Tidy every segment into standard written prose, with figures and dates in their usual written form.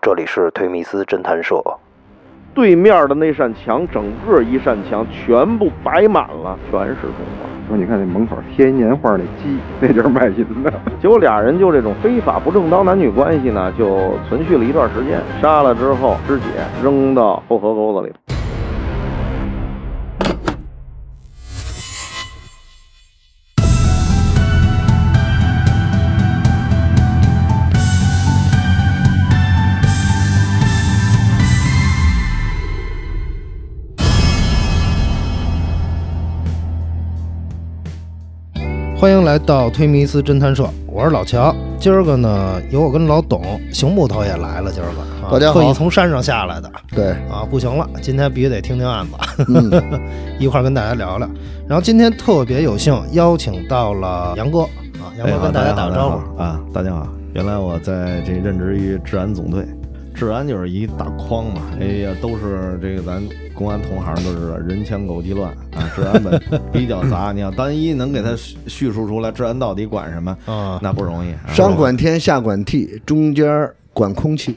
这里是推迷思侦探社。 对面的那扇墙，整个一扇墙全部摆满了，全是中华。 说你看那门口贴年画那鸡，那就是卖淫的。 结果俩人就这种非法不正当男女关系呢，就存续了一段时间。杀了之后，肢解扔到后河沟子里。 欢迎来到推迷思侦探社，我是老乔。今儿个呢，有我跟老董，熊木头也来了。今儿个、 大家好， 特意从山上下来的。 对啊，不行了，今天必须得听听案子，一块儿跟大家聊聊。然后今天特别有幸邀请到了杨哥啊，杨哥跟大家打个招呼啊，大家好。原来我在这任职于治安总队，治安就是一大筐嘛，哎呀，都是这个咱公安同行都知道，人枪狗鸡乱啊，治安本比较杂。你要单一能给他叙述出来，治安到底管什么啊？那不容易。 上管天，下管地，中间管空气。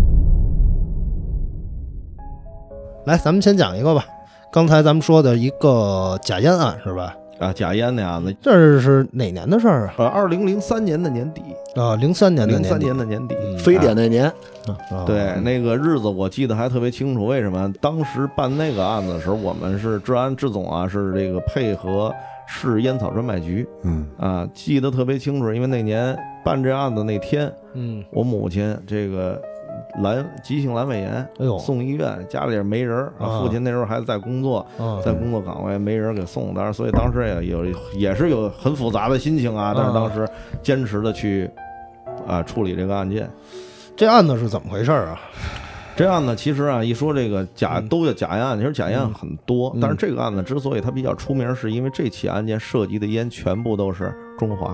来，咱们先讲一个吧。刚才咱们说的一个假烟案是吧？ 啊，假烟那样子， 这是哪年的事儿啊 ？2003年的年底啊，03年的年底， 非典那年。 对，那个日子我记得还特别清楚。为什么？当时办那个案子的时候，我们是治安治总啊，是这个配合市烟草专卖局，记得特别清楚。因为那年办这案子那天，我母亲这个急性阑尾炎，送医院，家里没人啊，父亲那时候还在工作，在工作岗位没人给送，当然所以当时也是有很复杂的心情啊，但是当时坚持的去处理这个案件。 这案子是怎么回事啊？ 这案子其实啊，一说这个都叫假烟案，其实假烟案很多，但是这个案子之所以它比较出名，是因为这起案件涉及的烟全部都是中华，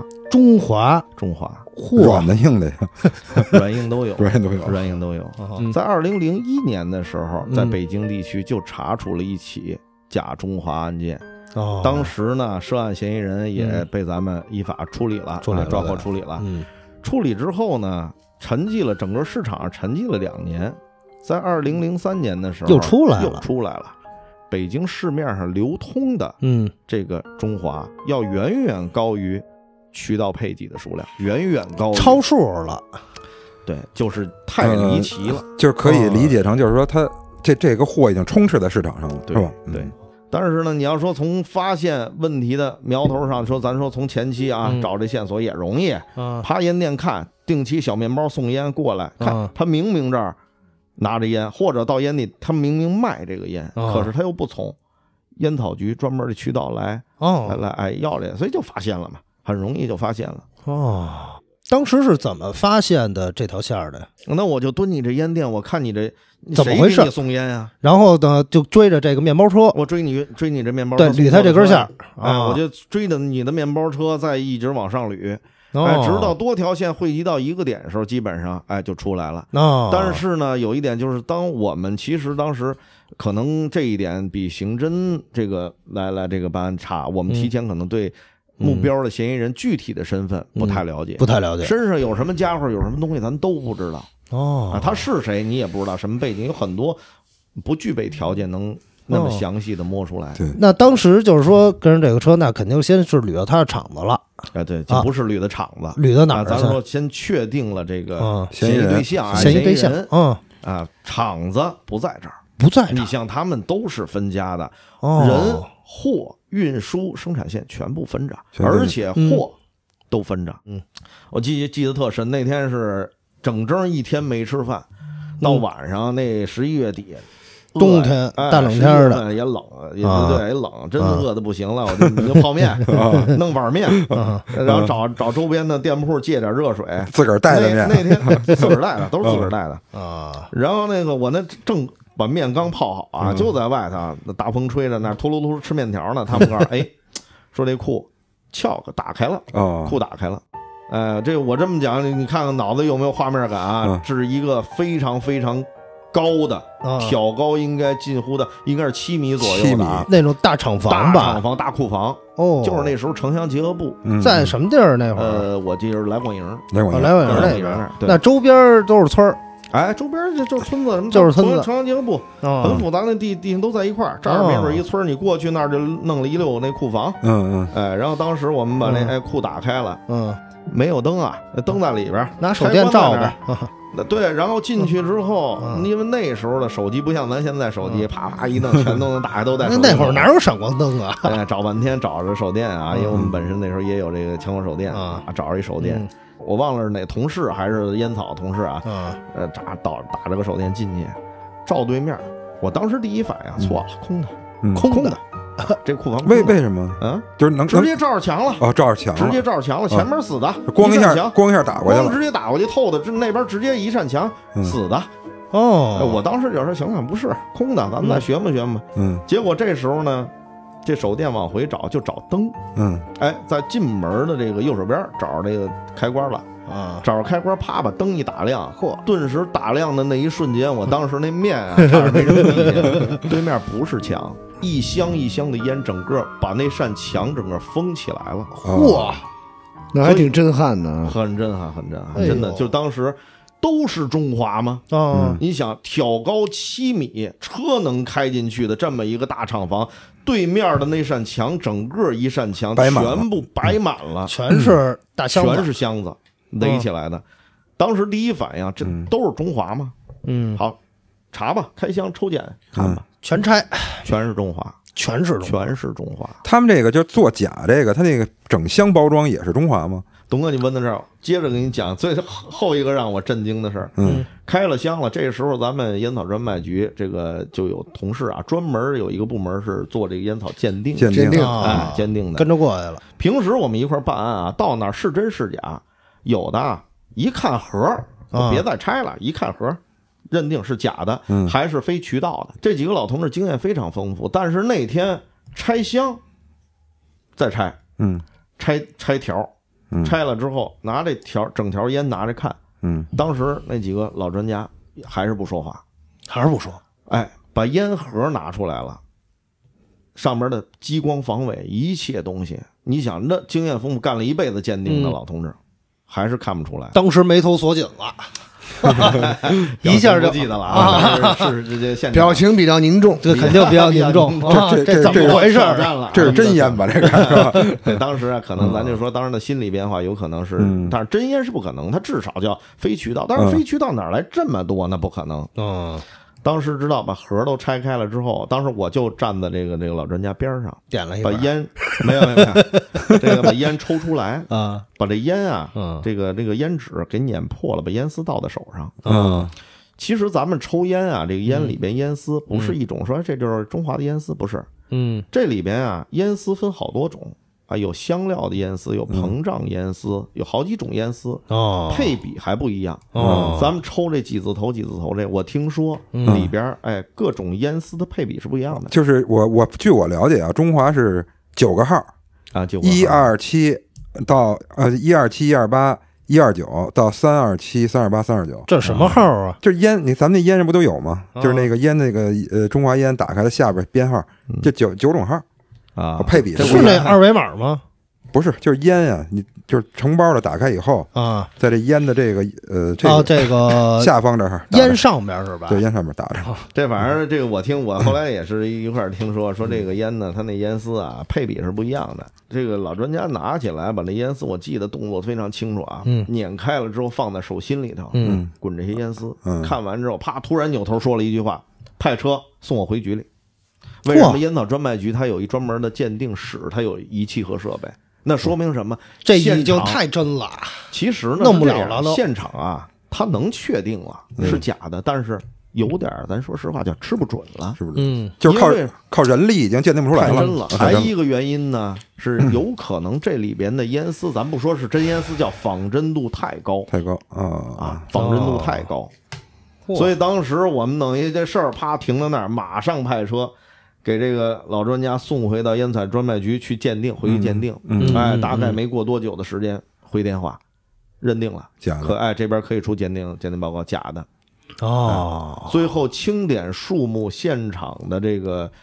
软的硬的呀， 软硬都有， 软硬都有。 在2001年的时候，在北京地区就查处了一起假中华案件。当时呢，涉案嫌疑人也被咱们依法处理了，抓获处理了。处理之后呢，沉寂了，整个市场上沉寂了2年。在2003年的时候又出来了，北京市面上流通的这个中华要远远高于渠道配给的数量，远远高于超数了。 对，就是太离奇了， 就是可以理解成就是说它这个货已经充斥在市场上了，是吧？ 对。但是呢，你要说从发现问题的苗头上说，咱说从前期啊找这线索也容易，爬烟店看，定期小面包送烟过来，看他明明这儿拿着烟，或者到烟地他明明卖这个烟，可是他又不从烟草局专门的渠道来要这，所以就发现了嘛，很容易就发现了。 当时是怎么发现的这条线的？ 那我就蹲你这烟店，我看你这怎么回事？ 谁给你送烟呀？ 然后呢，就追着这个面包车， 我追你这面包车， 对，捋他这根线， 我就追着你的面包车，再一直往上捋。直到多条线汇集到一个点的时候，基本上就出来了。但是呢，有一点就是，当我们其实当时可能这一点比刑侦这个来这个办案差，我们提前可能对目标的嫌疑人具体的身份不太了解，身上有什么家伙有什么东西咱都不知道。他是谁你也不知道，什么背景，有很多不具备条件能那么详细的摸出来。 那当时就是说跟着这个车，那肯定先是捋到他的厂子了。 对，就不是捋的厂子， 捋到哪儿？ 咱说先确定了这个嫌疑对象，厂子不在这儿， 不在这儿。 你像他们都是分家的，人、货、运输、生产线全部分着，而且货都分着。我记得特深，那天是整一天没吃饭，到晚上那11月底。 冬天大冷天的也冷，也冷，真饿的不行了。我就你就泡面，弄碗面，然后找周边的店铺借点热水， 自个儿带的面。 那天自个儿带的，都是自个儿带的啊。然后那个我那正把面刚泡好啊，就在外头那大风吹着，那秃噜秃吃面条呢。他们告诉说这裤撬个打开了，裤打开了。这我这么讲，你看看脑子有没有画面感啊？这是一个非常非常高的，挑高应该近乎的，应该是7米左右的那种大厂房吧， 大厂房、大库房。就是那时候城乡结合部在什么地儿那会儿？ 我记得是来广营， 来广营那边。那周边都是村儿， 哎，周边就是村子，什么就是村子城乡结合部，很复杂的地形都在一块儿。这儿没准一村你过去那儿就弄了一溜那库房，哎，然后当时我们把那库打开了，没有灯啊，灯在里边， 拿手电照呗。 对，然后进去之后，因为那时候的手机不像咱现在手机，啪啪一弄全都能打开，都在。 那会儿哪有闪光灯啊？ 哎，找半天找着手电啊，因为我们本身那时候也有这个强光手电啊，找着一手电。我忘了是哪同事还是烟草同事啊，打着个手电进去，照对面。我当时第一反应错了，空的。这库房为什么？就是能直接照着墙了。 照着墙， 直接照着墙了。前面死的， 光一下打过去了， 直接打过去透的，那边直接一扇墙死的。我当时有时候想想不是空的，咱们再学吧。结果这时候呢，这手电往回找就找灯。哎，在进门的这个右手边找着这个开关了。找着开关，啪把灯一打亮，顿时打亮的那一瞬间，我当时那面啊，差点没扔地下。对面不是墙，一箱一箱的烟，整个把那扇墙整个封起来了。 嚯，那还挺震撼的， 很震撼，真的。就当时都是中华吗？你想挑高7米，车能开进去的这么一个大厂房，对面的那扇墙，整个一扇墙全部摆满了， 全是大箱子， 全是箱子。垒起来的，当时第一反应，这都是中华吗？好，查吧，开箱抽检看吧， 全拆， 全是中华，全是中华。 他们这个就做假，这个他那个整箱包装也是中华吗？ 东哥，你问到这儿，接着给你讲最后一个让我震惊的事儿。开了箱了，这时候咱们烟草专卖局这个就有同事啊，专门有一个部门是做这个烟草鉴定鉴定的， 跟着过来了。 平时我们一块办案啊，到那儿是真是假。有的啊，一看盒，别再拆了，一看盒，认定是假的，还是非渠道的。这几个老同志经验非常丰富，但是那天拆箱，再拆，拆条，拆了之后拿这整条烟拿着看，当时那几个老专家还是不说话，哎，把烟盒拿出来了，上面的激光防伪一切东西，你想那经验丰富，干了一辈子鉴定的老同志。还是看不出来， 当时眉头锁紧了，一下就不记得了啊！是这现场表情比较凝重， 这肯定比较凝重。这怎么回事？ 这是真烟吧？这个是吧？ 对，当时啊，可能咱就说，当时的心理变化有可能是，但是真烟是不可能，它至少叫非渠道。但是非渠道哪来这么多？那不可能。当时知道把盒都拆开了之后，当时我就站在这个老专家边上， 点了一把烟没有，这个把烟抽出来啊，把这烟啊，这个烟纸给碾破了，把烟丝倒在手上。其实咱们抽烟啊，这个烟里边烟丝不是一种说这就是中华的烟丝，不是。这里边啊烟丝分好多种。啊，有香料的烟丝，有膨胀烟丝，有好几种烟丝，配比还不一样。咱们抽这几字头这，我听说里边哎各种烟丝的配比是不一样的。 就是据我了解啊，中华是9个号啊 ，127到127、128、129到327、328、329。 这什么号啊？ 就是烟，咱们那烟上不都有吗？就是那个烟那个中华烟打开的下边编号，这九种号。配比是那二维码吗？ 不是，就是烟啊，你就是成包的，打开以后啊， 在这烟的这个这个下方这儿， 烟上边是吧？ 对，烟上面打着。 这反正这个我后来也是一块听说这个烟呢，它那烟丝啊配比是不一样的。这个老专家拿起来把那烟丝，我记得动作非常清楚啊，碾开了之后放在手心里头，滚这些烟丝，看完之后啪，突然扭头说了一句话：“派车送我回局里。”为什么烟草专卖局它有一专门的鉴定室，它有仪器和设备？那说明什么？ 这已经太真了。 其实呢， 弄不了了都。 现场啊，它能确定了是假的，但是有点咱说实话叫吃不准了， 是不是？就是靠人力已经鉴定不出来了。 太真了。还一个原因呢，是有可能这里边的烟丝，咱不说是真烟丝，叫仿真度太高啊，仿真度太高。所以当时我们等于这事儿啪停在那儿，马上派车。给这个老专家送回到烟草专卖局去鉴定，回去鉴定。哎，大概没过多久的时间，回电话，认定了假的。 这边可以出鉴定报告，假的。 哦， 最后清点数目现场的这个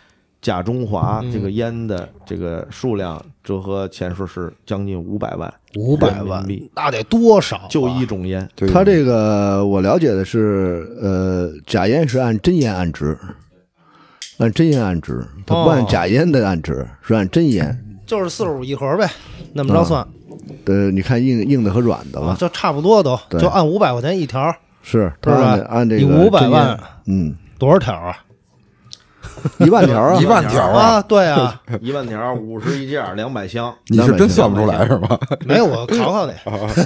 甲中华这个烟的这个数量折合钱数是将近500万 ，500万币， 那得多少？ 就一种烟。 他这个我了解的是，假烟是按真烟按值，按真烟按值，他不按假烟的按值，是按真烟， 就是45一盒呗，那么着算。 你看硬的和软的了， 就差不多都，就按500块钱一条， 是吧？ 按这个你500万，多少条啊 ？1万条啊 ！1万条啊！ 对啊 ，1万条50一件，200箱。 你是真算不出来是吗？ 没有，我考考你。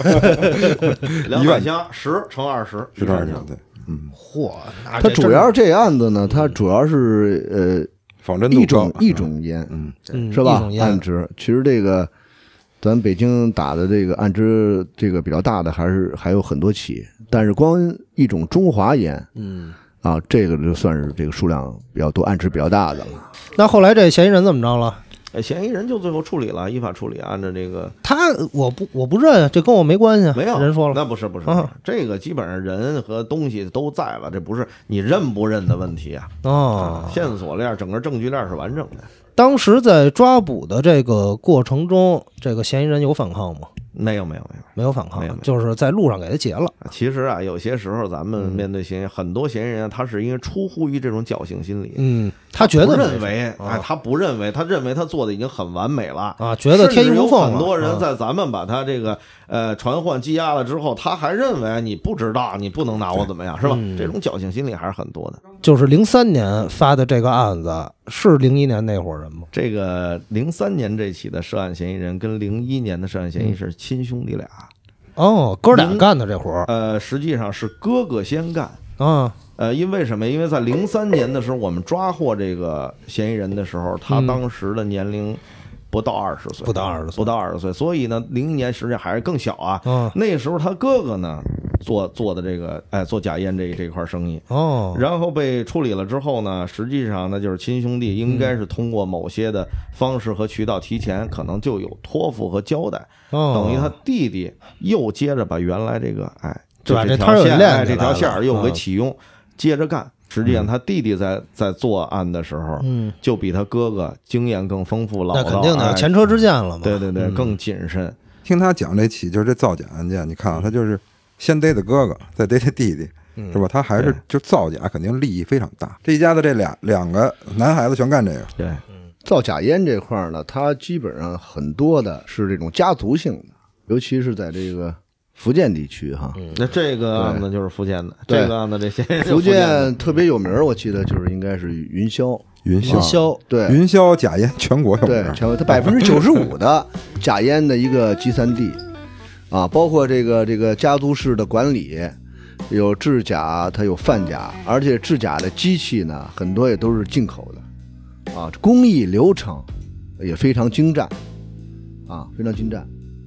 200箱10乘20是多少钱？ 对， 嚯！ 它主要这案子呢，它主要是仿真度高一种烟，是吧？按值，其实这个咱北京打的这个按值这个比较大的还有很多起，但是光一种中华烟，这个就算是这个数量比较多、按值比较大的了。 那后来这嫌疑人怎么着了？ 嫌疑人就最后处理了，依法处理，按照这个我不认，这跟我没关系。 没有人说了， 那不是，这个基本上人和东西都在了，这不是你认不认的问题啊。线索链整个证据链是完整的。 当时在抓捕的这个过程中，这个嫌疑人有反抗吗？ 没有反抗， 就是在路上给他劫了。 其实啊，有些时候咱们面对很多嫌疑人，他是因为出乎于这种侥幸心理，他觉得认为，他不认为，他认为他做的已经很完美了啊，觉得天衣无缝了。 很多人在咱们把他这个传唤羁押了之后，他还认为你不知道，你不能拿我怎么样，是吧？这种侥幸心理还是很多的。 就是03年发的这个案子，是01年那伙人吗？ 这个03年这起的涉案嫌疑人跟01年的涉案嫌疑是亲兄弟俩。 哥俩干的这活实际上是哥哥先干啊。 因为什么？因为在03年的时候，我们抓获这个嫌疑人的时候，他当时的年龄不到20岁， 不到20岁， 所以呢，01年实际上还是更小啊。那时候他哥哥呢做的这个做假烟这块生意然后被处理了之后呢，实际上呢就是亲兄弟应该是通过某些的方式和渠道提前可能就有托付和交代，等于他弟弟又接着把原来这个这条线又给启用，接着干。实际上他弟弟在作案的时候就比他哥哥经验更丰富，老道， 那肯定的，前车之鉴了嘛。 对，更谨慎。 听他讲这起就是这造假案件，你看啊，他就是先逮的哥哥，再逮他弟弟，是吧？他还是就造假，肯定利益非常大。这一家的这两个男孩子全干这个。 对， 造假烟这块呢，它基本上很多的是这种家族性的，尤其是在这个福建地区哈。 那这个案子就是福建的，这个案子这些福建特别有名，我记得就是应该是云霄，对， 云霄假烟全国有名， 对，全国它95%的假烟的一个集散地啊，包括这个家族式的管理，有制假，它有贩假，而且制假的机器呢，很多也都是进口的啊，工艺流程也非常精湛啊，非常精湛。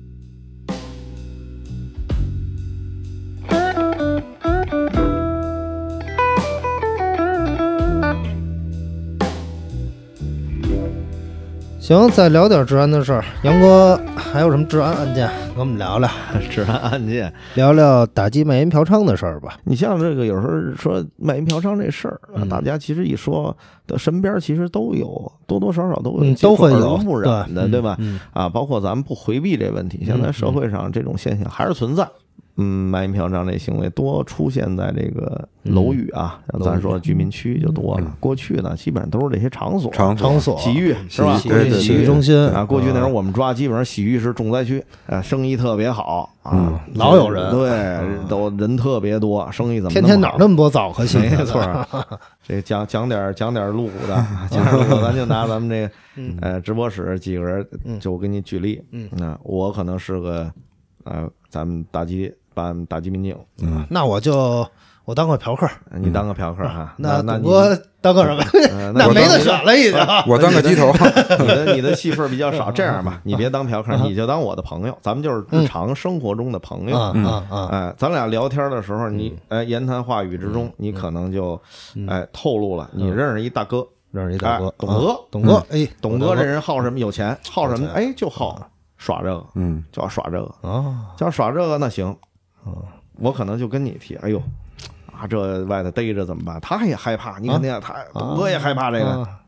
行，再聊点治安的事儿。杨哥还有什么治安案件跟我们聊聊？ 治安案件， 聊聊打击卖淫嫖娼的事儿吧。 你像这个有时候说卖淫嫖娼这事儿大家其实一说的身边其实都有，多多少少都有， 都会有耳濡目染的，对吧？包括咱们不回避这问题，现在社会上这种现象还是存在。卖淫嫖娼这行为多出现在这个楼宇啊，咱说居民区就多了。过去呢，基本上都是这些场所，洗浴是吧？ 洗浴中心啊。过去那时候我们抓，基本上洗浴是重灾区，生意特别好啊， 老有人， 对，都人特别多，生意怎么天天哪那么多澡可洗？ 没错，这讲点露骨的，咱就拿咱们这个直播室几个人，就我给你举例，那我可能是个咱们打击民警， 那我当个嫖客， 你当个嫖客哈， 那我当个什么？那没得选了已经。 我当个鸡头， 你的戏份比较少。这样吧，你别当嫖客，你就当我的朋友，咱们就是日常生活中的朋友。咱俩聊天的时候，你言谈话语之中，你可能就透露了你认识一大哥，董哥，董哥这人好什么？有钱，好什么？就好耍这个，就要耍这个就要耍这个，那行，我可能就跟你提，哎呦，这外头逮着怎么办？他也害怕，你肯定董哥也害怕这个，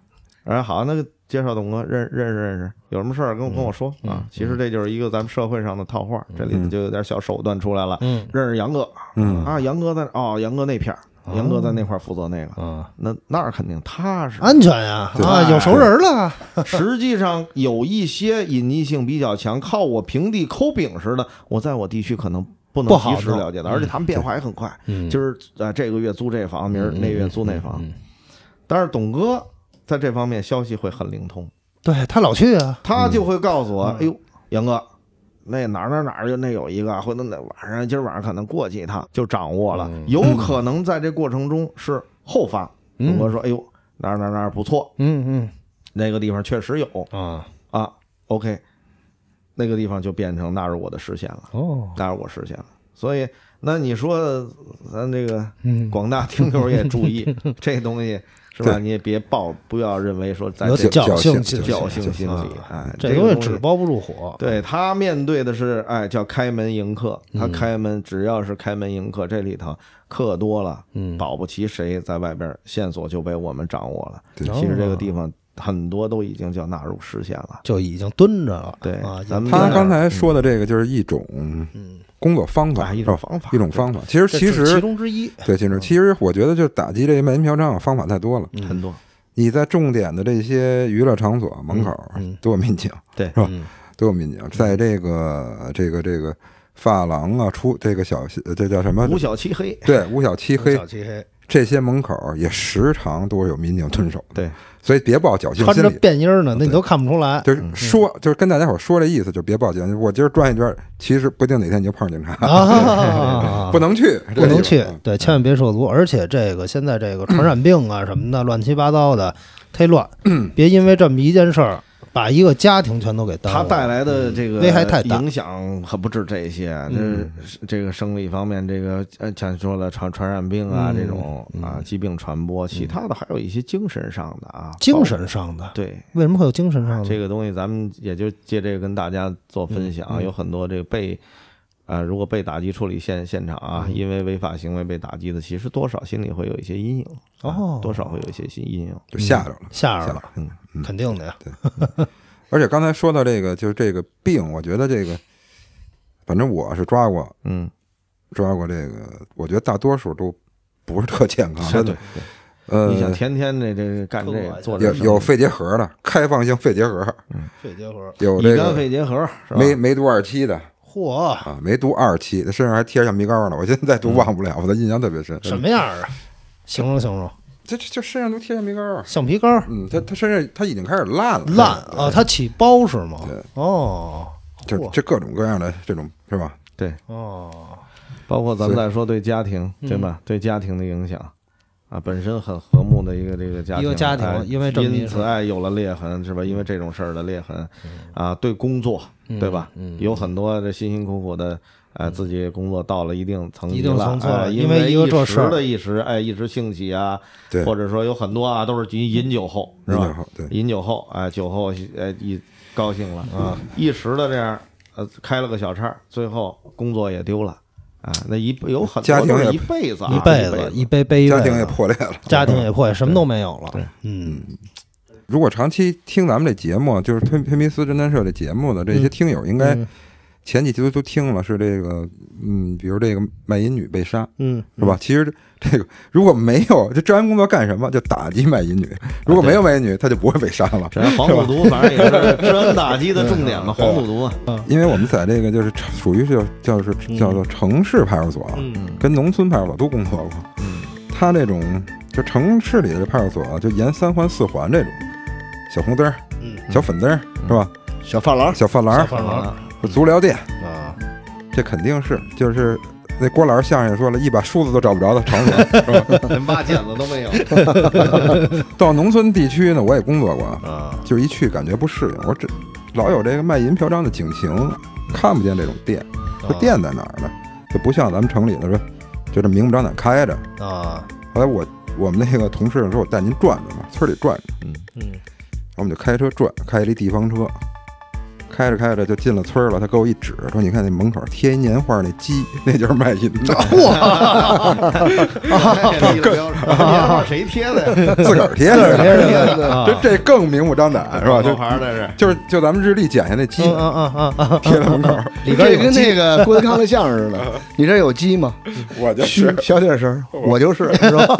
好，那个介绍董哥认识，有什么事儿跟我说啊。其实这就是一个咱们社会上的套话，这里就有点小手段出来了。认识杨哥，杨哥在杨哥那片儿。杨哥在那块负责那个，那儿肯定踏实安全呀，有熟人了。 实际上有一些隐匿性比较强，靠我平地抠饼似的，我在我地区可能不能及时了解的，而且他们变化也很快。今儿这个月租这房，明儿那月租那房。但是董哥在这方面消息会很灵通， 对他老去啊， 他就会告诉我，哎呦，杨哥。那哪儿就那有一个，或者那今儿晚上可能过去一趟就掌握了，有可能在这过程中是后发。董哥说：“哎呦，哪儿不错，那个地方确实有，OK， 那个地方就变成纳入我的视线了，纳入我视线了。所以，那你说咱这个广大听友也注意这东西。”是吧？你也不要认为说在有侥幸心理， 这东西纸包不住火。 对，他面对的是叫开门迎客，他开门只要是开门迎客，这里头客多了，保不齐谁在外边线索就被我们掌握了。其实这个地方很多都已经叫纳入视线了， 就已经蹲着了。 对， 他刚才说的这个就是一种工作方法，一种方法。其实其中之一。 对，其实我觉得就打击这卖淫嫖娼方法太多了， 很多。 你在重点的这些娱乐场所门口都有民警， 对， 是吧？都有民警，在这个发廊啊，这个这叫什么？ 五小漆黑。 对，五小漆黑。这些门口也时常都有民警蹲守。 对。 所以别抱侥幸心理， 穿着便衣呢，那你都看不出来。 就是跟大家伙说这意思，就别抱侥幸。我今儿转一圈，其实不定哪天你就碰上警察不能去， 不能去。对，千万别涉足。而且这个现在这个传染病啊什么的，乱七八糟的，忒乱。别因为这么一件事儿，把一个家庭全都给耽误了。 它带来的这个危害太大， 影响可不止这些。这个生理方面，这个像说了传染病啊，这种疾病传播，其他的还有一些精神上的啊。 精神上的， 对， 为什么会有精神上的？ 这个东西咱们也就借这个跟大家做分享。有很多这个如果被打击处理现场啊，因为违法行为被打击的，其实多少心里会有一些阴影多少会有一些阴影， 就吓着了， 肯定的呀。 对，而且刚才说到这个，就是这个病，我觉得这个，反正我是抓过这个，我觉得大多数都不是特健康，真的。 你想天天这干这个做这有肺结核的，开放性肺结核， 肺结核有这个乙肝肺结核， 梅毒2期的。 嚯啊！梅毒2期，他身上还贴着橡皮膏呢，我现在都忘不了，我的印象特别深。 什么样啊？形容。 就身上都贴橡皮膏， 橡皮膏。 他身上他已经开始烂啊！他起包是吗？ 对，就各种各样的这种是吧？ 对，包括咱们再说对家庭对吧？对家庭的影响啊，本身很和睦的一个家庭， 因为因此有了裂痕是吧？因为这种事儿的裂痕啊，对工作对吧？有很多这辛辛苦苦的自己工作到了一定层级了，因为一个这事儿一时兴起啊，或者说有很多啊都是饮酒后是吧？饮酒后酒后一高兴了一时的这样开了个小差，最后工作也丢了。那有很多都是一辈子一杯杯， 家庭也破裂了， 家庭也破裂，什么都没有了。 对， 如果长期听咱们这节目，就是推迷思侦探社这节目的这些听友，应该前几期都听了，是这个比如这个卖淫女被杀，是吧？其实这个如果没有这治安工作干什么？就打击卖淫女。如果没有卖淫女，她就不会被杀了。 黄赌毒反正也是治安打击的重点嘛，黄赌毒。 因为我们在这个就是属于叫做城市派出所，跟农村派出所都工作过。他这种就城市里的派出所，就沿3环4环这种小红灯、小粉灯是吧？ 小发廊。 足疗店这肯定是就是那郭老师相声也说了，一把梳子都找不着的场所，是吧？ 连把剪子都没有。 到农村地区呢，我也工作过就一去感觉不适应，我这老有这个卖淫嫖娼的警情，看不见这种店，这店在哪儿呢？就不像咱们城里的说，就这明目张胆开着后来我们那个同事说，我带您转转嘛，村里转转，我们就开车转，开了一地方车。 开着开着就进了村了，他给我一指，说：“你看那门口贴一年画那鸡，那就是卖淫的。” 哇！谁贴的？ 自个儿贴的，这更明目张胆是吧？就牌在这， 就咱们日历剪下那鸡，贴在门口， 里边跟那个郭德纲的相声似的。你这有鸡吗？ 我就是小点声，我就是是吧？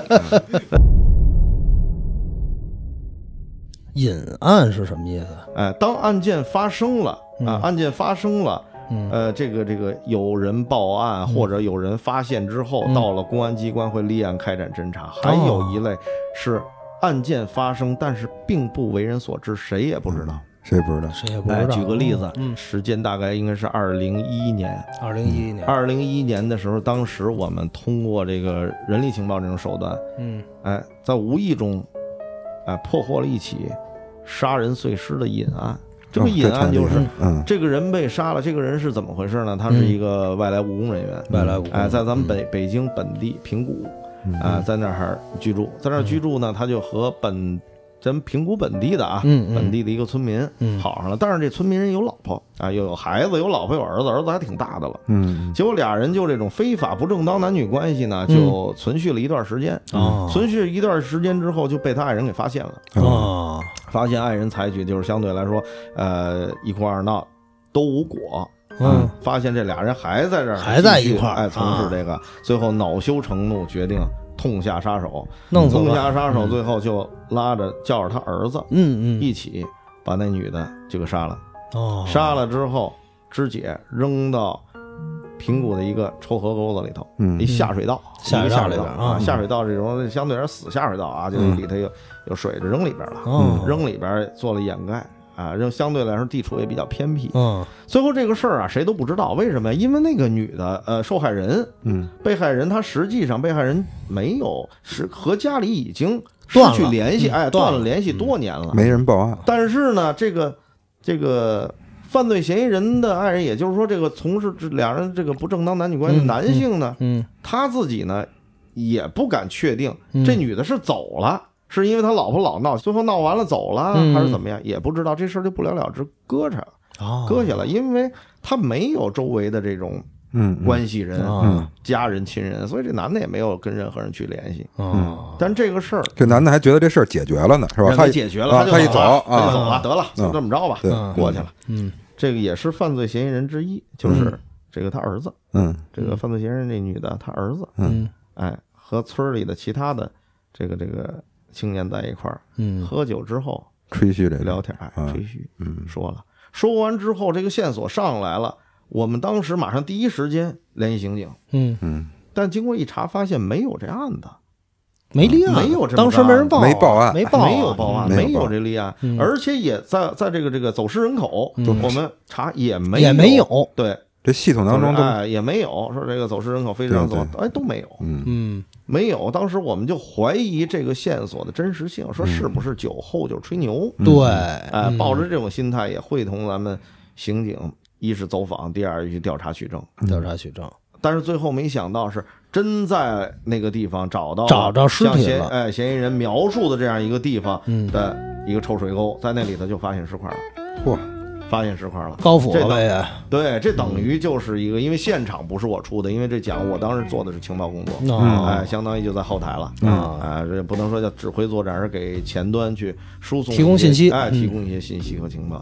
隐案是什么意思？ 哎，当案件发生了案件发生了，这个有人报案或者有人发现之后，到了公安机关会立案开展侦查。还有一类是案件发生，但是并不为人所知，谁也不知道。 谁不知道？ 谁也不知道。 举个例子，时间大概应该是2011年。2011年的时候，当时我们通过这个人力情报这种手段，在无意中，破获了一起杀人碎尸的隐案。这个隐案就是，这个人被杀了，这个人是怎么回事呢？他是一个外来务工人员，在咱们北京本地平谷，在那儿居住，呢，他就和咱平谷本地的本地的一个村民好上了。但是这村民人有老婆又有孩子，有老婆有儿子，儿子还挺大的了。结果俩人就这种非法不正当男女关系呢，就存续了一段时间。存续一段时间之后，就被他爱人给发现了。发现爱人采取就是相对来说，一哭二闹都无果。发现这俩人还在这儿， 还在一块儿， 从事这个，最后恼羞成怒，决定痛下杀手。痛下杀手，最后就叫着他儿子，一起把那女的就给杀了。杀了之后，肢解扔到平谷的一个抽河沟子里头，一下水道，下水道这种相对而死下水道就里头有水就扔里边了，扔里边做了掩盖。相对来说地处也比较偏僻。最后这个事儿谁都不知道，为什么呀？因为那个女的受害人，被害人她实际上被害人没有和家里已经失去联系，断了联系多年了， 没人报案。 但是呢，这个犯罪嫌疑人的爱人，也就是说这个从事两人这个不正当男女关系的男性呢，他自己呢也不敢确定这女的是走了。是因为他老婆老闹，最后闹完了走了，还是怎么样，也不知道。这事儿就不了了之，搁下了，因为他没有周围的这种关系人、家人、亲人，所以这男的也没有跟任何人去联系。但这个事儿， 这男的还觉得这事儿解决了呢，是吧？ 他解决了， 他一走就走了，得了，就这么着吧，过去了。这个也是犯罪嫌疑人之一，就是这个他儿子。这个犯罪嫌疑人这女的，他儿子。和村里的其他的这个青年在一块儿，喝酒之后吹嘘这聊天，吹嘘，说完之后，这个线索上来了，我们当时马上第一时间联系刑警，但经过一查发现没有这案子， 没立案， 没有这当时没人报， 没报案， 没有报案，没有这立案，而且也在这个走失人口，我们查也没有，对， 这系统当中也没有说这个走失人口非常多，都没有，没有。当时我们就怀疑这个线索的真实性，说是不是酒后就吹牛？ 对， 抱着这种心态也会同咱们刑警，一是走访，第二去调查取证。但是最后没想到是真在那个地方找到尸体了， 嫌疑人描述的这样一个地方的一个抽水沟，在那里头就发现尸块了。嚯！发现尸块了， 高府了呗。 对，这等于就是一个，因为现场不是我出的，因为这奖我当时做的是情报工作，相当于就在后台了，这不能说叫指挥作战，而给前端去输送提供信息， 提供一些信息和情报。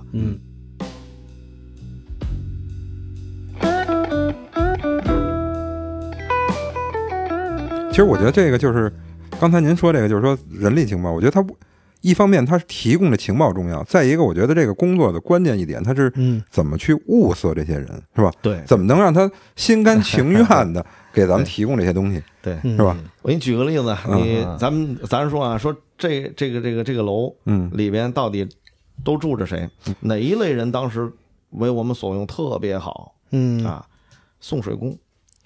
其实我觉得这个就是刚才您说这个，就是说人力情报，我觉得它一方面它提供的情报重要，再一个我觉得这个工作的关键一点，它是怎么去物色这些人，是吧？ 对， 怎么能让他心甘情愿的给咱们提供这些东西？ 对， 是吧？ 我给你举个例子，咱说说这个楼，里边到底都住着谁？哪一类人当时为我们所用特别好？送水工。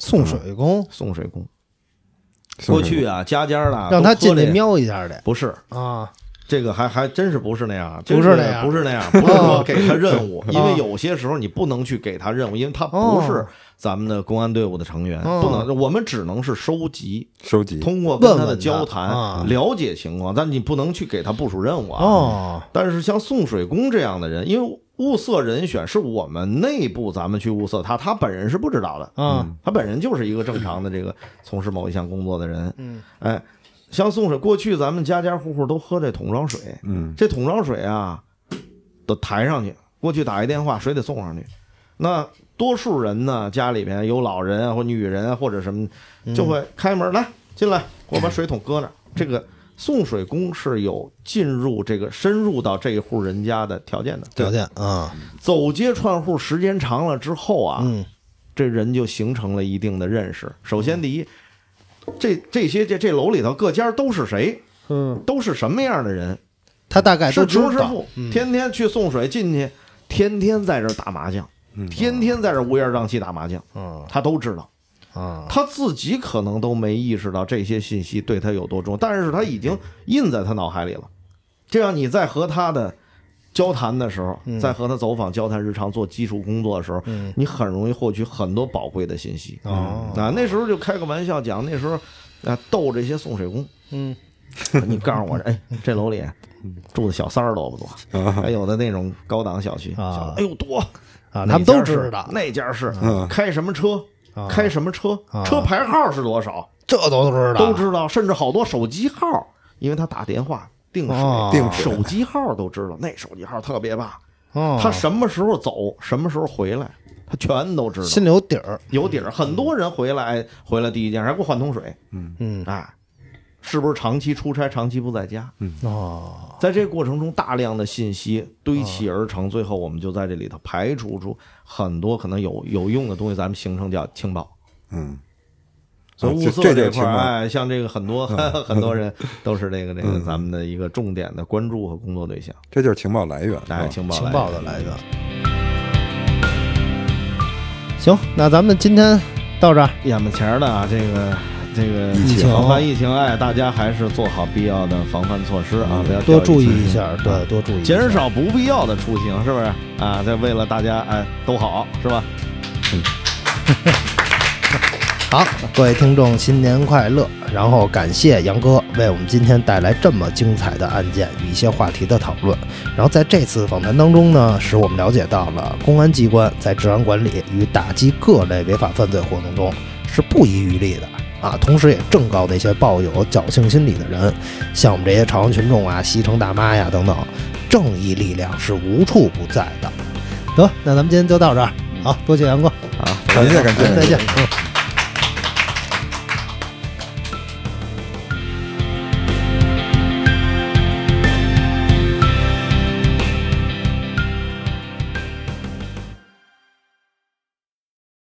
过去家的让他进来瞄一下的， 不是这个还真是不是那样， 不是那样， 不是说给他任务，因为有些时候你不能去给他任务，因为他不是咱们的公安队伍的成员，不能，我们只能是收集，通过跟他的交谈了解情况，但你不能去给他部署任务但是像送水工这样的人，因为物色人选是我们内部咱们去物色他本人是不知道的他本人就是一个正常的这个从事某一项工作的人。哎，像送水，过去咱们家家户户都喝这桶装水，这桶装水啊都抬上去，过去打一电话水得送上去。那多数人呢，家里边有老人啊或女人啊或者什么，就会开门来进来，我把水桶搁那儿。这个送水工是有进入这个深入到这一户人家的条件的， 条件啊。 走街串户时间长了之后啊，这人就形成了一定的认识。首先第一，这楼里头各家都是谁，都是什么样的人， 他大概都知道。 是厨师傅，天天去送水进去，天天在这打麻将，天天在这乌烟瘴气打麻将，他都知道。他自己可能都没意识到这些信息对他有多重要，但是他已经印在他脑海里了。这样你在和他的交谈的时候，在和他走访交谈日常做基础工作的时候，你很容易获取很多宝贵的信息。那时候就开个玩笑讲，那时候逗这些送水工，你告诉我，哎，这楼里住的小三儿多不多？还有的那种高档小区，哎呦多啊，他们都知道那家是开什么车。开什么车，车牌号是多少， 这都知道，甚至好多手机号，因为他打电话订水，手机号都知道，那手机号特别棒，他什么时候走，什么时候回来，他全都知道， 心里有底儿， 有底儿。很多人回来第一件还给我换桶水，是不是长期出差，长期不在家？在这个过程中，大量的信息堆砌而成，最后我们就在这里头排除出很多可能有用的东西，咱们形成叫情报。所以物色这块儿，像这个很多很多人都是这个咱们的一个重点的关注和工作对象。 这就是情报来源， 情报的来源。行，那咱们今天到这儿， 眼巴前的这个防范疫情，大家还是做好必要的防范措施啊，不要多注意一下，对，多注意， 减少不必要的出行，是不是啊？这为了大家都好，是吧？ 好，各位听众新年快乐！然后感谢杨哥为我们今天带来这么精彩的案件与一些话题的讨论。然后在这次访谈当中呢，使我们了解到了公安机关在治安管理与打击各类违法犯罪活动中是不遗余力的啊，同时也正告那些抱有侥幸心理的人，像我们这些朝阳群众啊、西城大妈呀等等，正义力量是无处不在的。得，那咱们今天就到这儿，好多谢杨哥， 感谢， 再见。